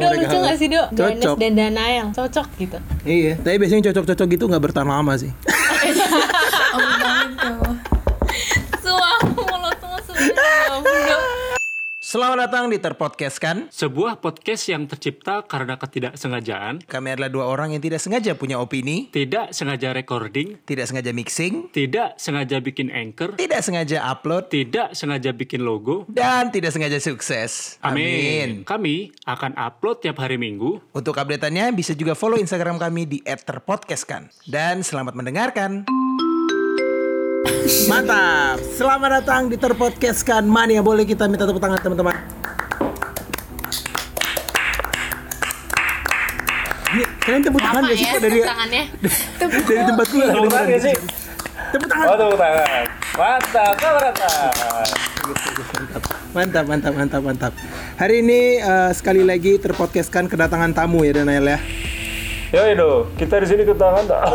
Do, lucu gak sih, Do? Danes Cocok. dan Danael, cocok gitu. Iya, tapi biasanya cocok-cocok gitu nggak bertahan lama sih. Suah, mulutmu sudah. Do. Selamat datang di Terpodcast kan. Sebuah podcast yang tercipta karena ketidaksengajaan, Kami adalah dua orang yang tidak sengaja punya opini, tidak sengaja recording, tidak sengaja mixing, tidak sengaja bikin anchor, tidak sengaja upload, tidak sengaja bikin logo. dan tidak sengaja sukses. Amin. Kami akan upload tiap hari Minggu. Untuk update-annya bisa juga follow Instagram kami di @terpodcast kan. Dan selamat mendengarkan. Mantap, selamat datang di Terpodcast kan. Mania, boleh kita minta tepuk tangan teman-teman. Ini, kalian tepuk tangan Lama gak sih ya kok dari tangannya. dari tempat gue? Tepuk tangan gak sih? Tepuk tangan. Oh, tepuk tangan. Mantap, selamat datang. Mantap. Hari ini sekali lagi Terpodcast kan kedatangan tamu ya Danael ya. Yoi do, kita di sini kedatangan tak?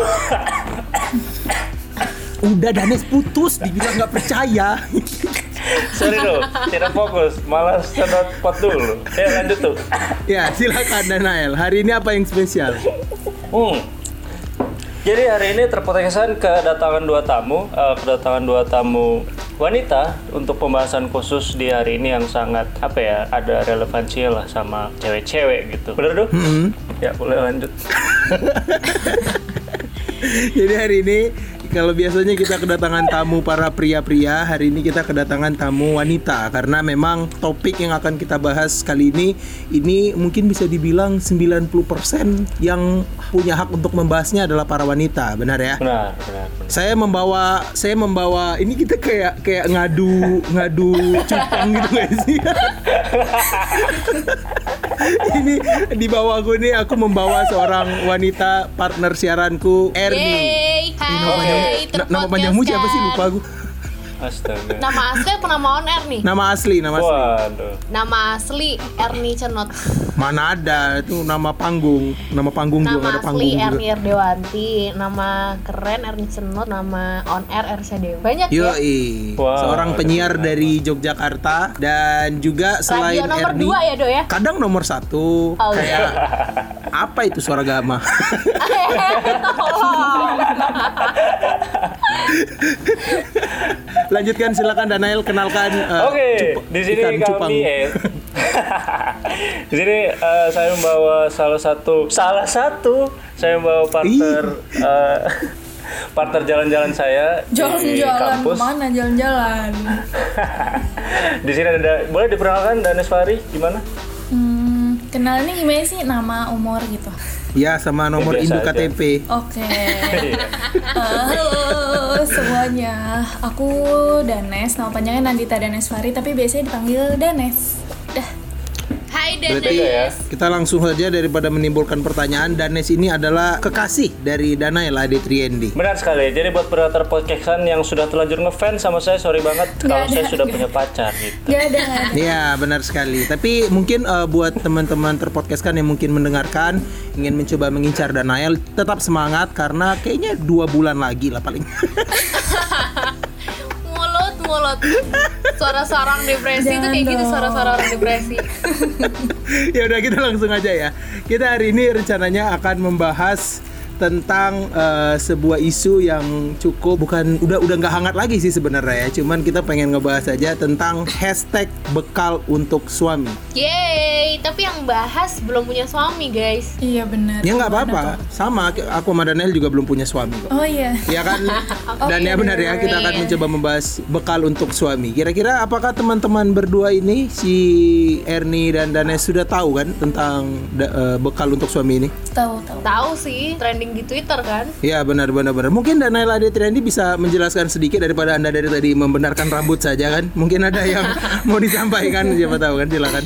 Udah Danes putus, dibilang nggak percaya. Sorry do, tidak fokus, malah sedot pot dulu. Lanjut tuh. Ya silakan Danael. Hari ini apa yang spesial? Jadi hari ini Terpodcastan kedatangan dua tamu wanita untuk pembahasan khusus di hari ini yang sangat ada relevansinya lah sama cewek-cewek gitu. Bener do? Ya boleh lanjut. Jadi hari ini kalau biasanya kita kedatangan tamu para pria-pria, hari ini kita kedatangan tamu wanita karena memang topik yang akan kita bahas kali ini mungkin bisa dibilang 90% yang punya hak untuk membahasnya adalah para wanita, benar ya? Benar. Saya membawa ini kita kayak ngadu cupang gitu guys sih. Ini di bawah aku nih aku membawa seorang wanita partner siaranku, Erni. Yeay, hai, Nama panjangmu siapa sih, lupa aku. Astaga. Nama asli apa nama on air nih? Nama asli. Waduh. Nama asli Erni Cenot. Mana ada itu nama panggung juga Nama ada panggung asli juga. Erni Erdewanti. Nama keren Erni Cenot. Nama on air Ersya Dewi. Banyak ya. Yoi. Wow, Seorang penyiar benar. dari Yogyakarta dan juga selain Radio nomor Erni 2 ya, Do ya? kadang nomor 1 Oh, kayak apa itu suara gama. Lanjutkan silakan Danael, kenalkan. Oke, di sini ikan cupang. kami di sini saya membawa salah satu saya membawa partner jalan-jalan saya di Jalan-jalan kampus. mana jalan-jalan? Di sini ada, boleh diperkenalkan Danes Fahri gimana? Kenalnya gimana sih, nama, umur gitu? Ya, sama nomor Biasa induk aja. KTP. Oke. Halo semuanya, aku Danes, nama panjangnya Nandita Danes Fahri, tapi biasanya dipanggil Danes. Dah. Hai Berarti Danes. kita langsung saja daripada menimbulkan pertanyaan. Danes ini adalah kekasih dari Danael Adetriendi. Benar sekali. Jadi buat pendengar podcastan yang sudah terlanjur ngefans sama saya, sorry banget kalau ada, saya sudah nggak. punya pacar gitu. Gak ada. Iya, benar sekali. Tapi mungkin buat teman-teman Terpodcast kan yang mungkin mendengarkan ingin mencoba mengincar Danael, tetap semangat karena kayaknya 2 bulan lagi lah paling. Mulut. Suara-suara orang depresi itu kayak gitu, Jangan suara-suara orang depresi. Ya udah, kita langsung aja ya. Kita hari ini rencananya akan membahas tentang sebuah isu yang cukup udah nggak hangat lagi sih sebenarnya ya. Cuman kita pengen ngebahas aja tentang hashtag bekal untuk suami. Yeay, tapi yang bahas belum punya suami, guys. Iya benar. Ya nggak apa-apa. Sama aku sama Daniel juga belum punya suami kok. Oh iya. Ya kan? Dan ya benar ya, kita akan mencoba membahas bekal untuk suami. Kira-kira apakah teman-teman berdua ini, si Erni dan Danes, sudah tahu kan tentang bekal untuk suami ini? Tahu. Tahu sih, trending di Twitter kan. Ya benar. Mungkin Danael Adetriendi bisa menjelaskan sedikit daripada Anda dari tadi membenarkan rambut saja kan. Mungkin ada yang mau disampaikan, siapa tahu kan, silakan.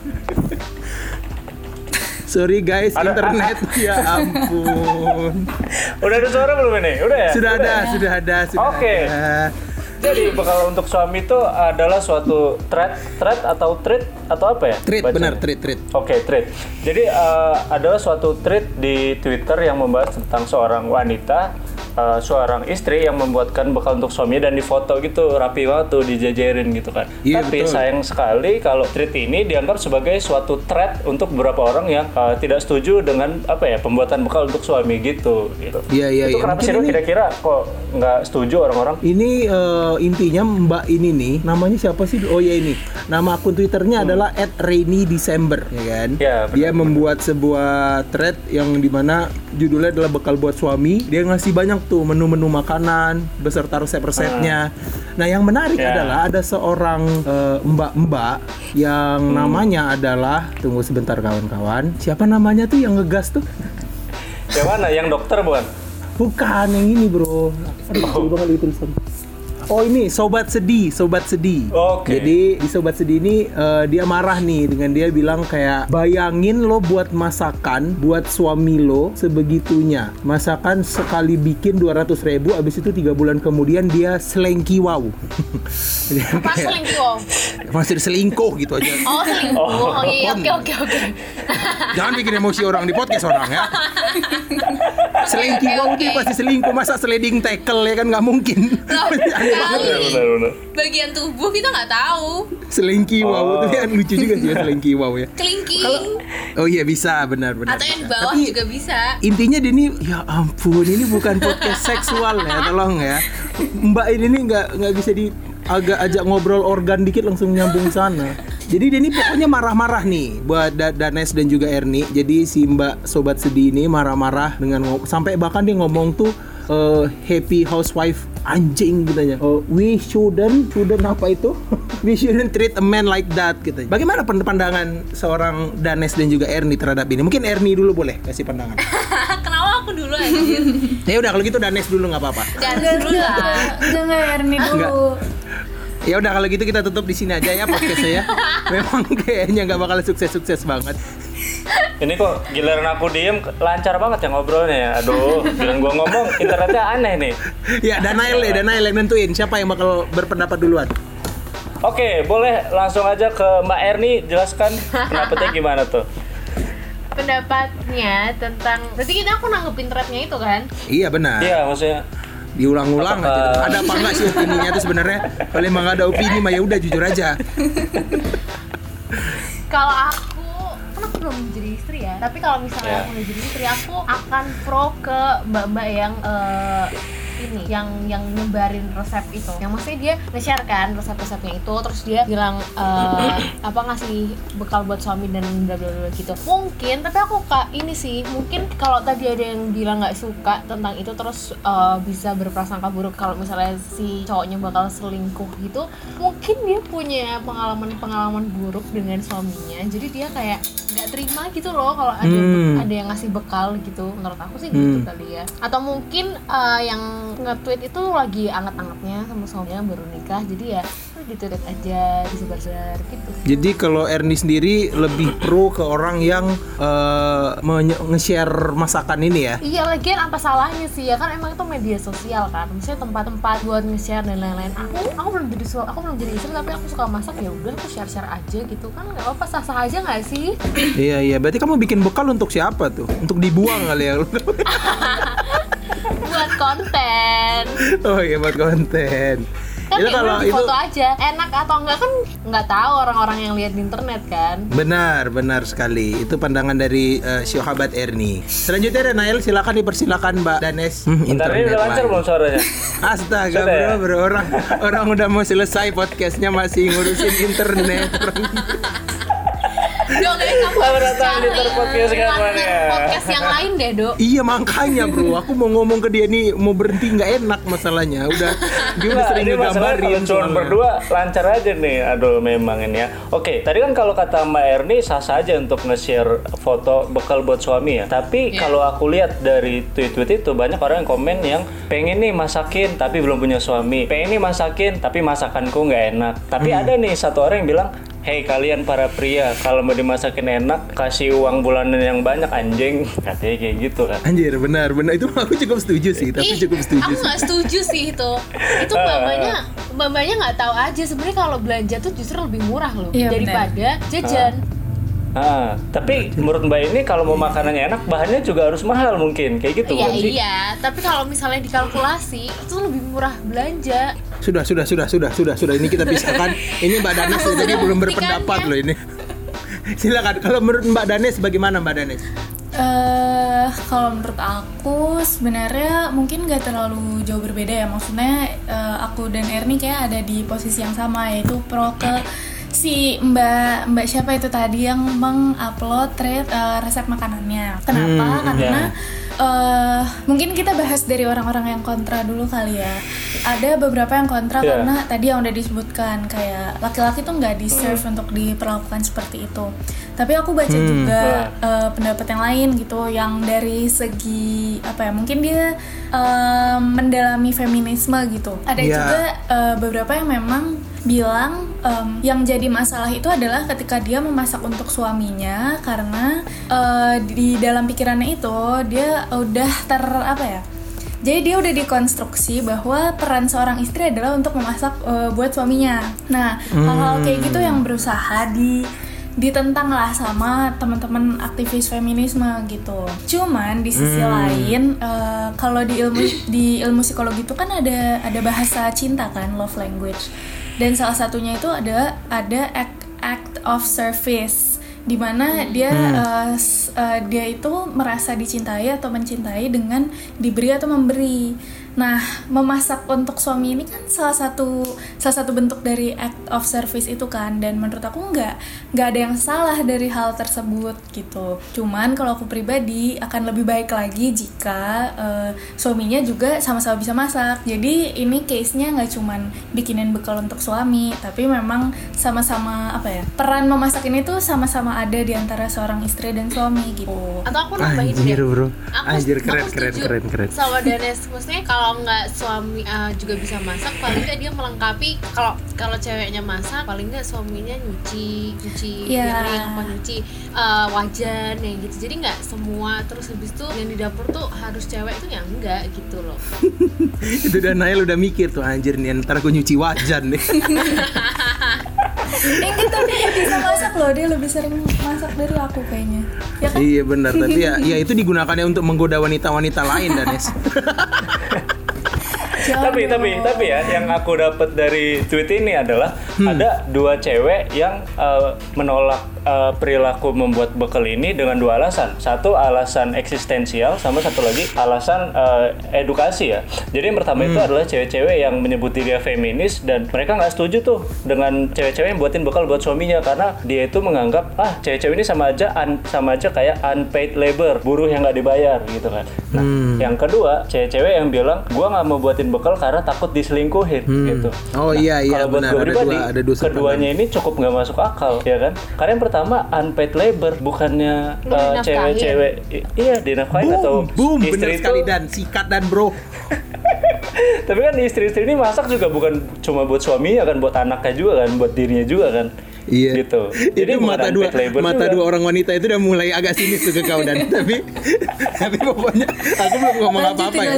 Sorry guys, internet. Ya ampun. Udah ada suara belum ini? Udah ya? Sudah ada. Oke. Jadi bekal untuk suami itu adalah suatu thread atau tweet atau apa ya? Tweet, bacanya? benar, tweet. Oke, tweet. Jadi adalah suatu tweet di Twitter yang membahas tentang seorang wanita seorang istri yang membuatkan bekal untuk suaminya dan difoto gitu rapi banget tuh dijajarin gitu kan. Iya, Tapi betul. sayang sekali kalau treat ini dianggap sebagai suatu threat untuk beberapa orang yang tidak setuju dengan pembuatan bekal untuk suami gitu. Iya. Itu kenapa sih Mungkin lu kira-kira kok nggak setuju orang-orang? Ini intinya Mbak ini nih, namanya siapa sih? Oh ya ini, nama akun Twitternya adalah @rainydecember, ya kan? Ya, benar. Dia membuat sebuah thread yang dimana judulnya adalah bekal buat suami. Dia ngasih banyak tuh menu-menu makanan beserta resep-resepnya. Nah yang menarik adalah ada seorang mbak-mbak yang namanya adalah, tunggu sebentar kawan-kawan, siapa namanya tuh yang ngegas tuh? Yang mana? Yang dokter bukan? Bukan, yang ini bro. Aduh, coba kali tulisan. Oh ini Sobat Sedih. Oke. Jadi di Sobat Sedih ini dia marah nih dengan dia bilang kayak, bayangin lo buat masakan buat suami lo sebegitunya. Masakan sekali bikin 200.000, abis itu 3 bulan kemudian dia selengki wow. Apa selingkuh? Masih selingkuh gitu aja. Oh selingkuh. Oh iya, oke. Jangan bikin emosi orang di podcast orang ya. Selengki wow dia pasti selingkuh, masa sliding tackle ya kan nggak mungkin. Benar. Bagian tubuh kita nggak tahu. Selengki wow itu kan lucu juga sih ya, selengki wow ya. Kelingking Oh iya bisa, benar. atau yang di bawah Tapi juga bisa. intinya dia ini, ya ampun, ini bukan podcast seksual ya, tolong ya. Mbak ini nih nggak bisa agak ajak ngobrol organ dikit langsung nyambung sana. Jadi dia ini pokoknya marah-marah nih buat Danes dan juga Erni. Jadi si Mbak Sobat Sedih ini marah-marah dengan sampai bahkan dia ngomong tuh happy housewife anjing katanya. We shouldn't apa itu? We shouldn't treat a man like that gitu. Bagaimana pandangan seorang Danes dan juga Erni terhadap ini? Mungkin Erni dulu boleh kasih pandangan. Kenapa aku dulu anjir? Ya udah kalau gitu Danes dulu nggak apa-apa. Jangan dulu lah. Enggak Erni dulu. Ya udah kalau gitu kita tutup di sini aja ya podcastnya ya. Memang kayaknya nggak bakal sukses banget. Ini kok giliran aku diem lancar banget ya ngobrolnya ya. Aduh, giliran gua ngomong internetnya aneh nih. Ya Danael yang nentuin siapa yang bakal berpendapat duluan. Oke, boleh langsung aja ke Mbak Erni jelaskan pendapatnya gimana tuh. Pendapatnya tentang, berarti aku nanggepin threadnya itu kan? Iya benar. Iya, maksudnya Diulang-ulang aja. Apakah- Ada apa enggak sih opininya tuh sebenarnya? Kalau emang nggak ada opini mah ya udah jujur aja. Kalau aku, kan aku belum jadi istri ya. Tapi kalau misalnya aku udah jadi istri, aku akan pro ke mbak-mbak yang ini, yang nyebarin resep itu. Yang maksudnya dia nge-share kan resep-resepnya itu, terus dia bilang ngasih bekal buat suami dan bla bla bla gitu. Mungkin, tapi aku ini sih, mungkin kalau tadi ada yang bilang nggak suka tentang itu, terus bisa berprasangka buruk kalau misalnya si cowoknya bakal selingkuh gitu. Mungkin dia punya pengalaman buruk dengan suaminya, jadi dia kayak nggak terima gitu loh kalau ada yang ngasih bekal gitu. Menurut aku sih gitu kali ya. Atau mungkin yang nge-tweet itu lagi anget-angetnya sama suaminya baru nikah, jadi ya di-tweet aja, disebar-sebar gitu. Jadi kalau Erni sendiri lebih pro ke orang yang nge-share masakan ini ya? Iya, lagian apa salahnya sih ya, kan emang itu media sosial kan, misalnya tempat-tempat buat nge-share dan lain-lain. Aku belum jadi istri tapi aku suka masak, ya udah aku share aja gitu kan, nggak apa-apa, sah-sah aja nggak sih? Iya, berarti kamu bikin bekal untuk siapa tuh? Untuk dibuang kali ya? Buat konten. Oh iya, buat konten. Kan Itu kalau di itu foto aja, enak atau enggak kan nggak tahu orang-orang yang lihat di internet kan. benar sekali. Itu pandangan dari Syohabat Erni. Selanjutnya ada Nael, silakan dipersilakan Mbak Danes. bentar ini udah lancar lagi. belum suaranya? Astaga Sudah ya? bro, orang udah mau selesai podcastnya masih ngurusin internet. Dok, kamu Selamat harus datang di cari Terpodcast partner semuanya. podcast yang lain deh, Dok. Iya makanya bro, aku mau ngomong ke dia nih mau berhenti nggak enak masalahnya. Dia udah sering Ini masalahnya ngegambarin kalau cuma soalnya. berdua lancar aja nih. Aduh memang ini ya. Oke, tadi kan kalau kata Mbak Erni sah-sah aja untuk nge-share foto bekal buat suami ya. Tapi kalau aku lihat dari tweet-tweet itu banyak orang yang komen yang pengen nih masakin tapi belum punya suami. Pengen nih masakin tapi masakanku nggak enak. Tapi ada nih satu orang yang bilang, "Hei kalian para pria, kalau mau dimasakin enak, kasih uang bulanan yang banyak anjing." Katanya kayak gitu kan. Anjir, benar itu aku cukup setuju sih, tapi Ih, cukup setuju aku sih. nggak setuju sih itu. Itu mbak-mbaknya nggak tahu aja sebenarnya kalau belanja tuh justru lebih murah loh Iya, daripada jajan. Tapi menurut Mbak ini kalau mau makanannya enak, bahannya juga harus mahal mungkin, kayak gitu Iya kan sih? iya, tapi kalau misalnya dikalkulasi itu lebih murah belanja. Sudah. Ini kita pisahkan. Ini Mbak Danes tadi belum berpendapat loh ini. Silakan. Kalau menurut Mbak Danes bagaimana Mbak Danes? Kalau menurut aku sebenarnya mungkin gak terlalu jauh berbeda ya. Maksudnya aku dan Erni kayak ada di posisi yang sama, yaitu pro ke si Mbak siapa itu tadi yang mengupload resep makanannya. Kenapa? Karena mungkin kita bahas dari orang-orang yang kontra dulu kali ya. Ada beberapa yang kontra karena tadi yang udah disebutkan kayak laki-laki tuh nggak deserve untuk diperlakukan seperti itu. Tapi aku baca juga pendapat yang lain gitu, yang dari segi apa ya, mungkin dia mendalami feminisme gitu. Ada juga beberapa yang memang bilang yang jadi masalah itu adalah ketika dia memasak untuk suaminya karena di dalam pikirannya itu dia udah jadi dia udah dikonstruksi bahwa peran seorang istri adalah untuk memasak buat suaminya. Nah, hal-hal kayak gitu yang berusaha ditentang lah sama teman-teman aktivis feminisme gitu. Cuman di sisi lain kalau di ilmu psikologi itu kan ada bahasa cinta kan, love language. Dan salah satunya itu ada act of service, di mana dia itu merasa dicintai atau mencintai dengan diberi atau memberi. Nah, memasak untuk suami ini kan salah satu bentuk dari act of service itu kan, dan menurut aku nggak ada yang salah dari hal tersebut gitu. Cuman kalau aku pribadi akan lebih baik lagi jika suaminya juga sama-sama bisa masak. Jadi ini case-nya nggak cuman bikinin bekal untuk suami, tapi memang sama-sama peran memasak ini tuh sama-sama ada di antara seorang istri dan suami gitu. Atau aku nambahin Anjir bro, Aku keren. sama Danes, maksudnya kalau nggak suami juga bisa masak, paling nggak dia melengkapi. Kalau ceweknya masak, paling nggak suaminya nyuci piring, apa nyuci wajan ya gitu. Jadi nggak semua terus habis itu yang di dapur tuh harus cewek, itu ya enggak gitu loh. Itu dan Nail udah mikir tuh, anjir nih ntar aku nyuci wajan nih. Tapi dia bisa masak loh, dia lebih sering masak dari aku kayaknya. Ya kan? Iya benar, tapi ya itu digunakannya untuk menggoda wanita-wanita lain Danes. Tapi ya yang aku dapat dari tweet ini adalah ada dua cewek yang menolak perilaku membuat bekal ini dengan dua alasan. Satu alasan eksistensial, sama satu lagi alasan edukasi ya. Jadi yang pertama itu adalah cewek-cewek yang menyebut diri feminis dan mereka nggak setuju tuh dengan cewek-cewek yang buatin bekal buat suaminya, karena dia itu menganggap cewek-cewek ini sama aja kayak unpaid labor, buruh yang nggak dibayar gitu kan. Nah, yang kedua cewek-cewek yang bilang gua nggak mau buatin bekal karena takut diselingkuhin gitu. Oh iya kalau buat benar, gue pribadi, ada dua keduanya ini cukup nggak masuk akal ya kan. Karena yang pertama unpaid labor, bukannya cewek-cewek dinafkahin atau bener istri itu. sekali dan sikat dan bro. Tapi kan istri-istri ini masak juga bukan cuma buat suaminya kan, buat anaknya juga kan, buat dirinya juga kan. Iya. Gitu. Jadi itu mata dua orang wanita itu udah mulai agak sinis tuh ke kau dan tapi pokoknya aku belum ngomong apa-apa ya.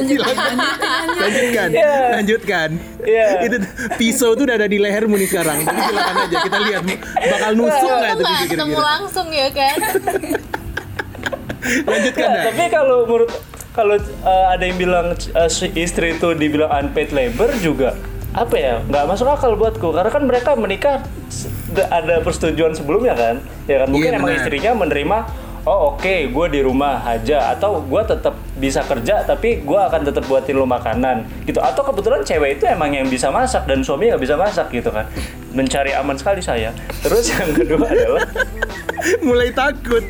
Lanjutkan. Yeah. Itu pisau tuh udah ada di lehermu nih sekarang. Jadi silakan aja kita lihat bakal nusuk nggak itu Nggak ketemu langsung ya kan. Lanjutkan dah. Tapi kalau ada yang bilang istri itu dibilang unpaid labor juga nggak masuk akal buatku, karena kan mereka menikah ada persetujuan sebelumnya kan, ya kan. Mungkin emang istrinya menerima oke, gue di rumah aja, atau gue tetap bisa kerja tapi gue akan tetap buatin lo makanan gitu, atau kebetulan cewek itu emang yang bisa masak dan suaminya nggak bisa masak gitu kan. Mencari aman sekali saya. Terus yang kedua adalah mulai takut.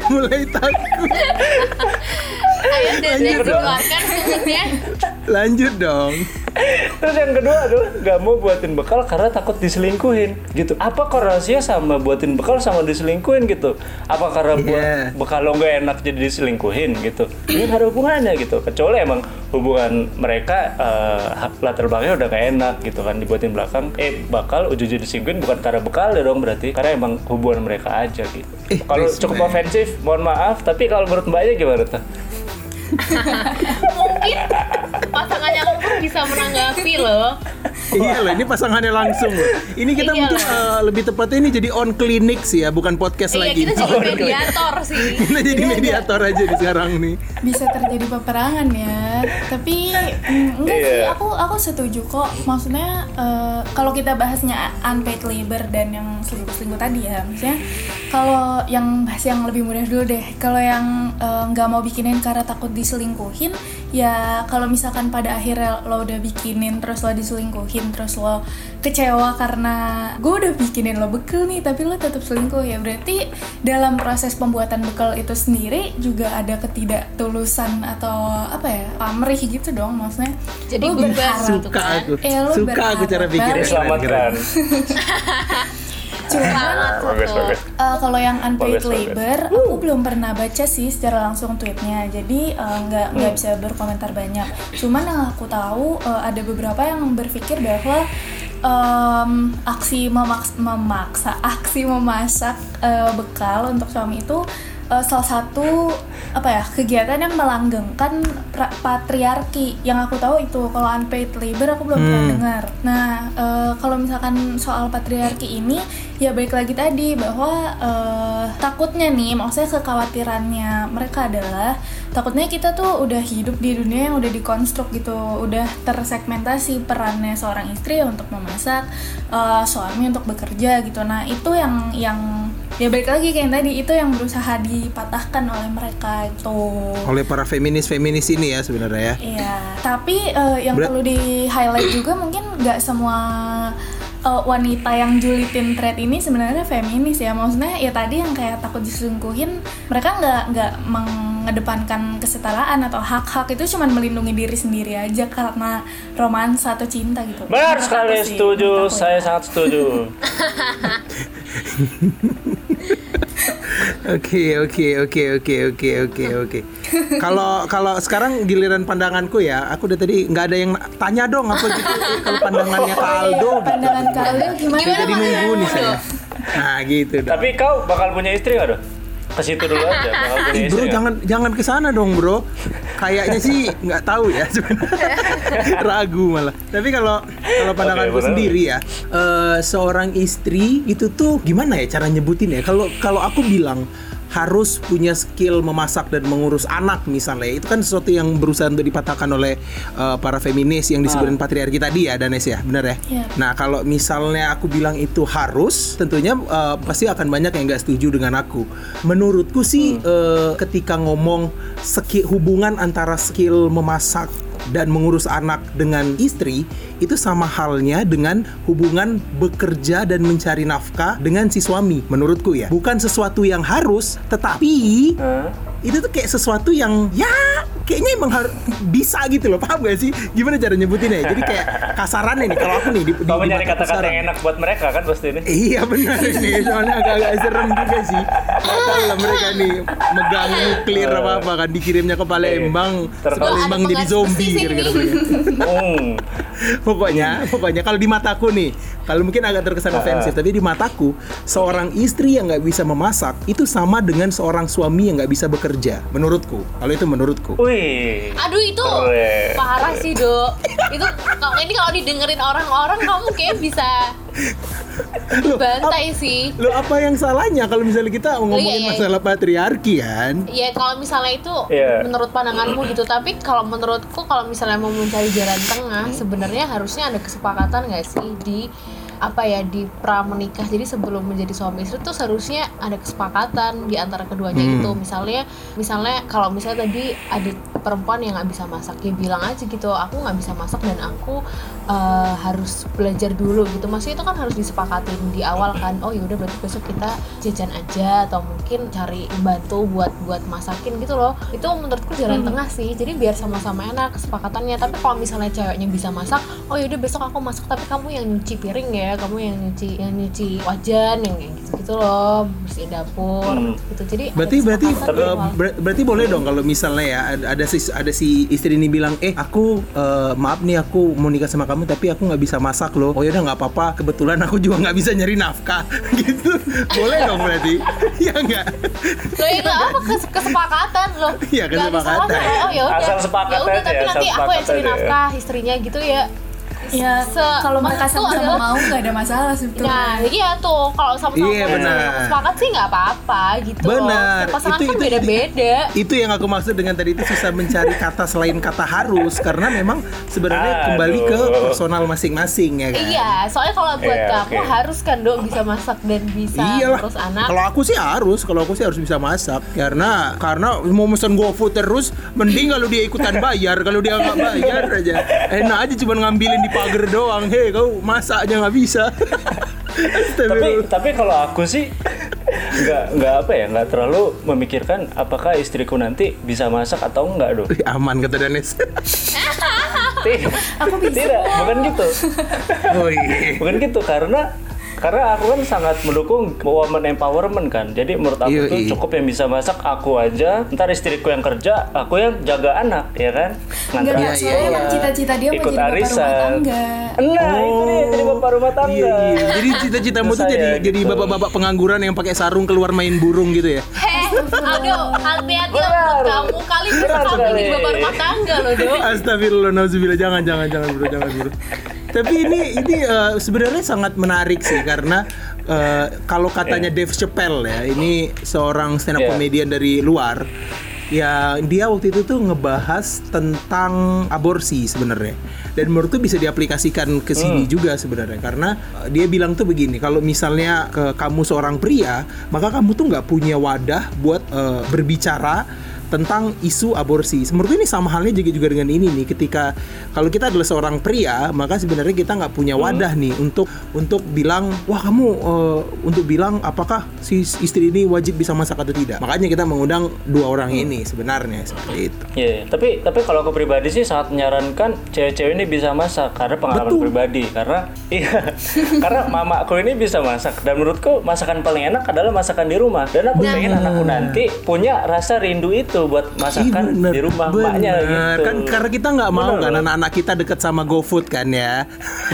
Ayo dikeluarkan sumbernya. Lanjut dong. Terus yang kedua adalah gak mau buatin bekal karena takut diselingkuhin gitu. Apa korelasinya sama buatin bekal sama diselingkuhin gitu? Apa karena buat bekal lo gak enak jadi diselingkuhin gitu? Ini gak ada hubungannya gitu. Kecuali emang hubungan mereka latar belakangnya udah gak enak gitu kan, dibuatin bakal ujung-ujung diselingkuhin bukan karena bekal ya dong berarti, karena emang hubungan mereka aja gitu. Kalau cukup ofensif, mohon maaf, tapi kalau menurut mbaknya gimana tuh? Mungkin pasangan yang pun bisa menanggapi loh. Iya loh, ini pasangannya langsung loh. Ini kita Iya mungkin lebih tepatnya ini jadi on clinic sih ya, bukan podcast Iya, lagi. kita jadi mediator sih. Kita jadi mediator aja di sekarang nih. Bisa terjadi peperangan ya, tapi enggak sih, aku setuju kok. Maksudnya kalau kita bahasnya unpaid labor dan yang selingkuh tadi ya, maksudnya kalau yang bahas yang lebih mudah dulu deh. Kalau yang nggak mau bikinin karena takut diselingkuhin, ya kalau misalkan pada akhirnya lo udah bikinin terus lo diselingkuhin, terus lo kecewa karena gue udah bikinin lo bekal nih tapi lo tetap selingkuh, ya berarti dalam proses pembuatan bekal itu sendiri juga ada ketidaktulusan atau apa ya, pamrih gitu dong. Maksudnya Jadi lo bebas berharap gitu Suka kan. aku. lo Suka aku cara berharap pikirnya. banget. Diselamatkan. Banget satu. Kalau yang unpaid Bagus. labor, aku belum pernah baca sih secara langsung tweetnya, jadi nggak bisa berkomentar banyak. Cuman yang aku tahu ada beberapa yang berpikir bahwa aksi memasak bekal untuk suami itu salah satu kegiatan yang melanggengkan patriarki. Yang aku tahu itu. Kalau unpaid labor aku belum pernah dengar. Nah, kalau misalkan soal patriarki ini, ya balik lagi tadi bahwa takutnya nih, maksudnya kekhawatirannya mereka adalah takutnya kita tuh udah hidup di dunia yang udah dikonstruk gitu, udah tersegmentasi perannya seorang istri untuk memasak, suami untuk bekerja gitu. Nah itu yang ya balik lagi kayak yang tadi, itu yang berusaha dipatahkan oleh mereka itu. Oleh para feminis ini ya sebenarnya ya. Iya, tapi yang perlu di highlight juga mungkin nggak semua wanita yang julitin thread ini sebenarnya feminis ya. Maksudnya ya tadi yang kayak takut diselingkuhin, mereka nggak mengedepankan kesetaraan atau hak-hak, itu cuma melindungi diri sendiri aja karena romansa atau cinta gitu. Benar Menurut sekali, aku sih, setuju. menurut aku Saya ya. sangat setuju. Oke. Kalau sekarang giliran pandanganku ya, aku udah tadi nggak ada yang tanya dong apa gitu. Kalau pandangannya Kak Aldo gitu. Pandangan Kak Aldo gimana? Saya jadi nunggu nih saya. Nah gitu dong. Tapi kau bakal punya istri nggak dong? Ke situ dulu aja. Bakal punya Ih, istri bro, nggak? jangan kesana dong bro. Kayaknya sih nggak tahu ya sebenarnya. Ragu malah. Tapi kalau pandanganku benar. sendiri ya, seorang istri itu tuh gimana ya cara nyebutin ya? Kalau aku bilang harus punya skill memasak dan mengurus anak misalnya, itu kan sesuatu yang berusaha untuk dipatahkan oleh para feminis yang disebutin patriarki tadi ya, Danes ya, benar ya? Iya. Nah kalau misalnya aku bilang itu harus, tentunya pasti akan banyak yang nggak setuju dengan aku. Menurutku sih ketika ngomong hubungan antara skill memasak dan mengurus anak dengan istri itu sama halnya dengan hubungan bekerja dan mencari nafkah dengan si suami, menurutku ya. Bukan sesuatu yang harus, tetapi itu tuh kayak sesuatu yang ya kayaknya emang harus bisa gitu loh, paham gak sih? Gimana cara nyebutinnya ya? Jadi kayak kasarannya nih kalau aku nih di Kau mencari mataku kata-kata sekarang. yang enak buat mereka kan pasti ini. Iya benar ini, soalnya agak-agak serem juga sih. Tahu lah mereka nih megang nuklir apa kan, dikirimnya ke Palembang, Palembang jadi zombie gara-gara mereka. Pokoknya kalau di mataku nih, kalau mungkin agak terkesan ofensif, tapi di mataku seorang istri yang nggak bisa memasak itu sama dengan seorang suami yang nggak bisa bekerja, menurutku. Kalau itu menurutku. Wih. Aduh itu Keren. parah sih Dok. Itu kalau didengerin orang-orang kamu kayak bisa bantai sih. Lo apa yang salahnya kalau misalnya kita ngomongin Iya. masalah patriarki kan? Ya kalau misalnya itu Iya. menurut pandanganmu gitu, tapi kalau menurutku kalau misalnya mau mencari jalan tengah, sebenarnya harusnya ada kesepakatan nggak sih di di pra menikah. Jadi sebelum menjadi suami istri tuh seharusnya ada kesepakatan di antara keduanya itu. Misalnya kalau misalnya tadi ada perempuan yang nggak bisa masak, ya bilang aja gitu, aku nggak bisa masak dan aku harus belajar dulu gitu. Maksudnya itu kan harus disepakatin di awal kan. Oh yaudah berarti besok kita jajan aja atau mungkin cari bantu buat masakin gitu loh. Itu menurutku jalan tengah sih. Jadi biar sama-sama enak kesepakatannya. Tapi kalau misalnya ceweknya bisa masak, oh yaudah besok aku masak tapi kamu yang nyuci piring ya, kamu yang nyuci wajan, yang kayak gitu loh, bersihin dapur gitu. Jadi berarti boleh dong kalau misalnya ya ada si istri ini bilang, aku maaf nih aku mau nikah sama kamu tapi aku nggak bisa masak loh. Oh yaudah nggak apa-apa, kebetulan aku juga nggak bisa nyari nafkah gitu. Boleh dong berarti? Ya nggak? Loh itu apa kesepakatan loh? Iya, kesepakatan. Oh yaudah. Asal sepakat Yaudah, aja, tapi asal nanti aku yang sepakat cari aja. nafkah istrinya gitu ya. Ya, kalau mereka maksud tuh sama-sama adalah- mau nggak ada masalah sebetulnya. Nah, iya tuh kalau sama-sama Iya, benar. sepakat sih nggak apa-apa gitu. Benar. Setiap pasangan Itu- kan itu- beda-beda. Itu yang aku maksud dengan tadi itu susah mencari kata selain kata harus karena memang sebenarnya kembali ke personal masing-masing ya kan. Iya, soalnya kalau buat Iya, kamu oke. harus kan dok bisa masak dan bisa Iyalah. ngurus anak. Kalau aku sih harus bisa masak karena mau mesen GoFood terus mending kalau dia ikutan bayar, kalau dia nggak bayar aja enak aja cuma ngambilin di pagar doang. Hei, kau masak aja nggak bisa. Tapi kalau aku sih nggak terlalu memikirkan apakah istriku nanti bisa masak atau enggak dong. Wih, aman kata Danes. Tidak, bukan gitu. Oh iya. Bukan gitu karena aku kan sangat mendukung woman empowerment kan. Jadi menurut aku tuh Iya. cukup yang bisa masak aku aja. Ntar istriku yang kerja, aku yang jaga anak, ya kan? Nganter Enggak, anak soalnya iya. emang cita-cita dia mau ikut jadi bapak rumah arisan. tangga. Nah, itu dia jadi bapak rumah tangga. Iya. Jadi cita-citamu tuh Saya jadi gitu. bapak-bapak pengangguran yang pakai sarung keluar main burung gitu ya. Aduh, hati-hati Benar. untuk kamu kali Benar bersama sekali. jadi bapak rumah tangga loh dok. Astagfirullah, nauzubillah, jangan bro. Tapi ini sebenarnya sangat menarik sih karena kalau katanya Dave Chappelle ya, ini seorang stand up Iya. comedian dari luar. Ya, dia waktu itu tuh ngebahas tentang aborsi sebenarnya. Dan menurutku bisa diaplikasikan ke sini juga sebenarnya karena dia bilang tuh begini, kalau misalnya kamu seorang pria, maka kamu tuh nggak punya wadah buat berbicara tentang isu aborsi. Menurutku ini sama halnya juga dengan ini nih. Ketika kalau kita adalah seorang pria, maka sebenarnya kita nggak punya wadah nih untuk bilang, wah kamu untuk bilang apakah si istri ini wajib bisa masak atau tidak. Makanya kita mengundang dua orang ini sebenarnya seperti itu. Iya, tapi kalau aku pribadi sih sangat menyarankan cewek-cewek ini bisa masak karena pengalaman Betul. pribadi karena mamaku ini bisa masak dan menurutku masakan paling enak adalah masakan di rumah dan aku pengen anakku nanti punya rasa rindu itu buat masakan Bener, di rumah maknya gitu. Kan karena kita nggak mau Bener. kan anak-anak kita dekat sama GoFood kan ya.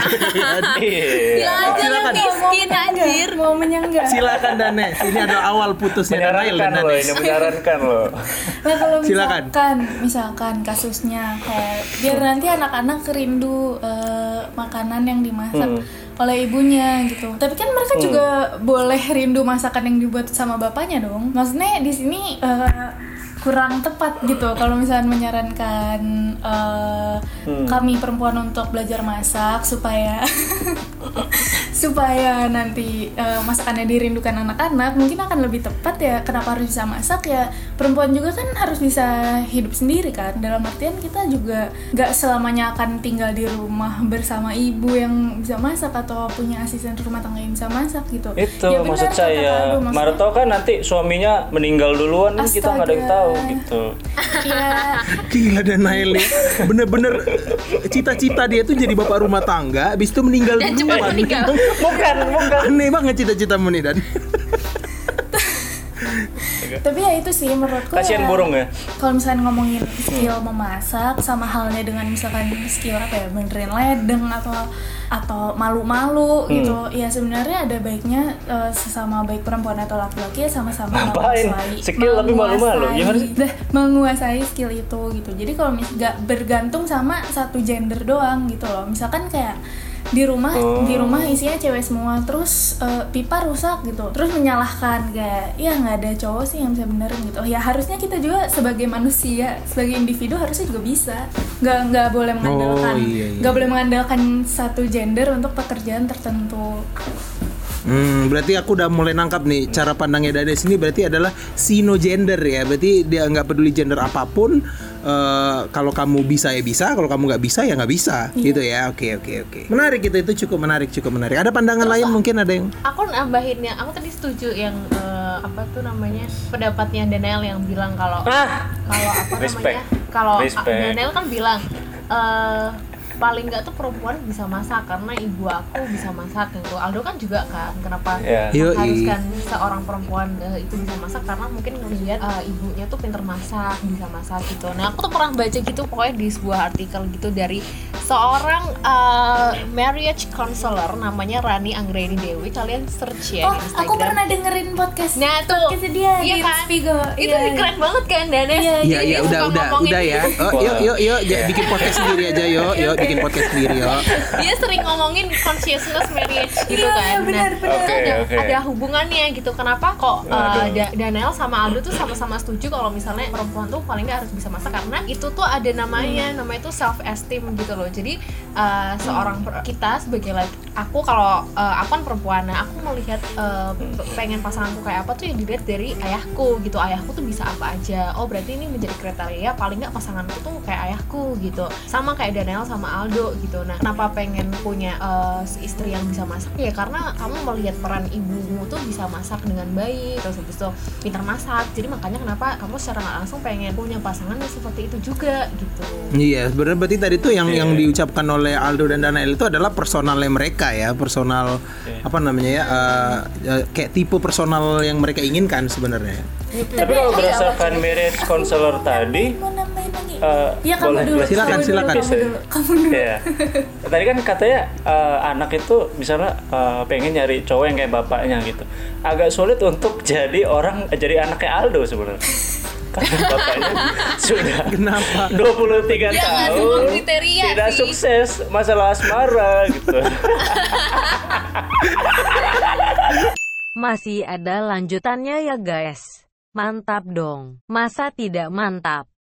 Iya. Silakan. Miskin anjir. Mau menyanggah. Silakan Danes. Ini adalah awal putusnya Daniel dan Menyarankan loh, Danes. ini menyarankan loh. Nah kalau Silakan. misalkan kasusnya kayak biar nanti anak-anak rindu makanan yang dimasak oleh ibunya gitu. Tapi kan mereka juga boleh rindu masakan yang dibuat sama bapaknya dong. Maksudnya di sini kurang tepat gitu kalau misalnya menyarankan kami perempuan untuk belajar masak supaya supaya nanti masakannya dirindukan anak-anak, mungkin akan lebih tepat ya. Kenapa harus bisa masak ya? Perempuan juga kan harus bisa hidup sendiri kan. Dalam artian kita juga nggak selamanya akan tinggal di rumah bersama ibu yang bisa masak atau punya asisten rumah tangga yang bisa masak gitu. Itu Ya benar, maksud kata saya. Kak Ado, maksudnya- Marto kan nanti suaminya meninggal duluan kan kita nggak ada yang Astaga. tahu gitu. Iya. Gila Daniel ya. Bener-bener cita-cita dia tuh jadi bapak rumah tangga, habis itu meninggal Dan cepat duluan. meninggal. Bukan. Aneh banget cita-citamu nih Dan. Tapi ya itu sih menurutku Kasian burung ya. Kalau misalnya ngomongin skill memasak sama halnya dengan misalkan skill apa ya, benerin ledeng atau malu-malu gitu. Ya sebenarnya ada baiknya sesama baik perempuan atau laki-laki ya sama-sama Ngapain? Skill tapi malu-malu? Gimana sih? menguasai skill itu gitu. Jadi kalau nggak bergantung sama satu gender doang gitu loh. Misalkan kayak di rumah isinya cewek semua, terus pipa rusak gitu, terus menyalahkan kayak ya nggak ada cowok sih yang bisa benerin gitu. Ya harusnya kita juga sebagai manusia, sebagai individu harusnya juga bisa, nggak boleh mengandalkan iya. boleh mengandalkan satu gender untuk pekerjaan tertentu. Berarti aku udah mulai nangkap nih cara pandangnya Danes ini berarti adalah sino gender ya. Berarti dia nggak peduli gender apapun. Kalau kamu bisa ya bisa, kalau kamu nggak bisa ya nggak bisa, gitu ya. Oke. Menarik itu cukup menarik. Ada pandangan lain mungkin ada yang? Aku nambahinnya, aku tadi setuju yang apa tuh namanya pendapatnya Daniel yang bilang kalau apa Respect. namanya kalau Respect. Daniel kan bilang paling nggak tuh perempuan bisa masak karena ibu aku bisa masak gitu. Aldo kan juga kan kenapa Iya. mengharuskan seorang perempuan itu bisa masak karena mungkin ngelihat ibunya tuh pinter masak, bisa masak gitu. Nah aku tuh pernah baca gitu pokoknya di sebuah artikel gitu dari seorang marriage counselor namanya Rani Anggreni Dewi. Kalian search ya Oh, di Instagram. aku pernah dengerin podcast. Nah tuh, Podcast dia iya di kan? Spigo. Itu keren banget kan Danes? Iya, Iya udah ya. Oh, yuk bikin podcast sendiri aja yuk bikin podcast sendiri ya. Dia sering ngomongin consciousness marriage gitu kan. Oke. Ada hubungannya gitu. Kenapa kok Waduh. Daniel sama Aldo tuh sama-sama setuju kalau misalnya perempuan tuh paling nggak harus bisa masak, karena itu tuh ada namanya itu self esteem gitu loh. Jadi seorang kita sebagai aku kalau aku kan perempuan, nah aku melihat pengen pasanganku kayak apa tuh yang dilihat dari ayahku gitu. Ayahku tuh bisa apa aja. Oh berarti ini menjadi kriteria paling nggak pasanganku tuh kayak ayahku gitu. Sama kayak Daniel sama Aldo gitu. Nah kenapa pengen punya istri yang bisa masak ya karena kamu melihat peran ibumu tuh bisa masak dengan baik, terus habis itu pintar masak. Jadi makanya kenapa kamu secara nggak langsung pengen punya pasangan yang seperti itu juga gitu. Iya, sebenarnya berarti tadi tuh yang diucapkan oleh Aldo dan Daniel itu adalah personalnya mereka ya, personal apa namanya ya, kayak tipe personal yang mereka inginkan sebenarnya. Tapi kalau berdasarkan marriage counselor tadi, Mau nambahin lagi? boleh, Kamu dulu. boleh. Silakan, Kamu dulu, silakan. Kamu dulu. Kamu dulu. Iya. Tadi kan katanya anak itu misalnya pengen nyari cowok yang kayak bapaknya gitu. Agak sulit untuk jadi anak kayak Aldo sebenarnya. Karena bapaknya sudah Kenapa? 23 Dia nggak semua tahun kriteria tidak sih. sukses masalah asmara gitu. Masih ada lanjutannya ya guys. Mantap dong. Masa tidak mantap?